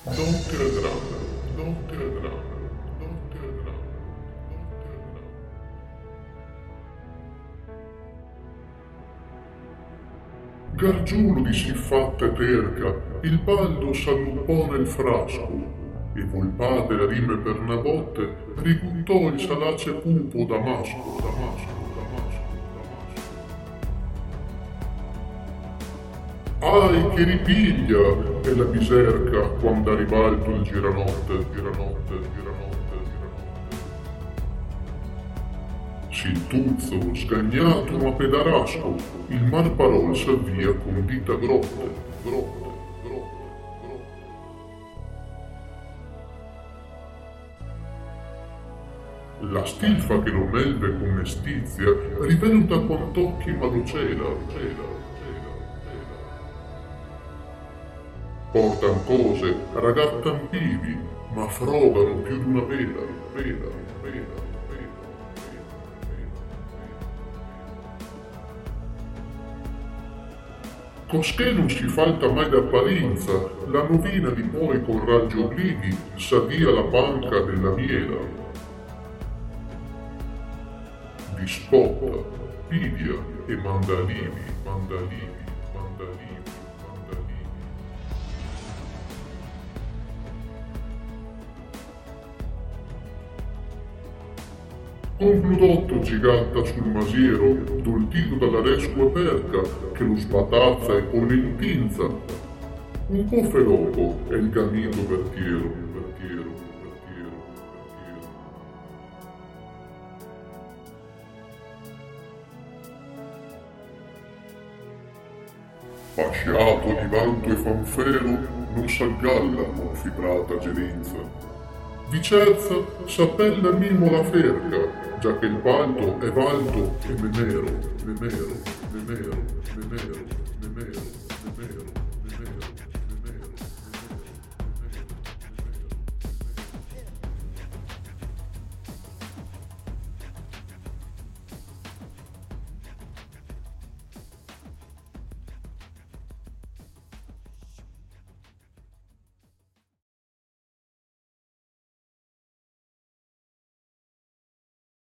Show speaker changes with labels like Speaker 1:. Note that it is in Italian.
Speaker 1: non ti vedranno, non ti vedranno, non ti vedranno, non ti vedranno. Gargiulo di siffatta terca, il baldo s'annuppò nel frasco, e volpate la rime per una botte, ributtò il salace cupo Damasco, Damasco, Damasco, Damasco. Ai che ripiglia! E la biserca quando a ribalto il giranotte, giranotte, giranotte, giranotte. Siltuzzo, scagnato ma pedarasco, il mar parol s'avvia con dita grotte, grotte, grotte, grotte. La stilfa che lo melve con mestizia, rivenuta quant'occhi malocela, cela, cela, cela. Portan cose, ragattan pivi, ma frogano più d'una vela, vela, vela, vela. Cosché non si falta mai d'apparenza, la novina di poi con raggi obblighi s'avvia la banca della miela. Dispotta, pidia e mandalivi, mandalivi, mandalivi, mandalivi. Concludotto giganta sul masiero, doltito dalla rescua perca, che lo sbatazza e pone in pinza. Un po' feloco è il gamito vertiero, vertiero, vertiero, vertiero. Fasciato di vanto e fanfero, non s'aggalla con fibrata gerenza. Vicerza s'appella mimo la ferca, già che il palto è valdo e memero, memero, memero, memero, memero, memero.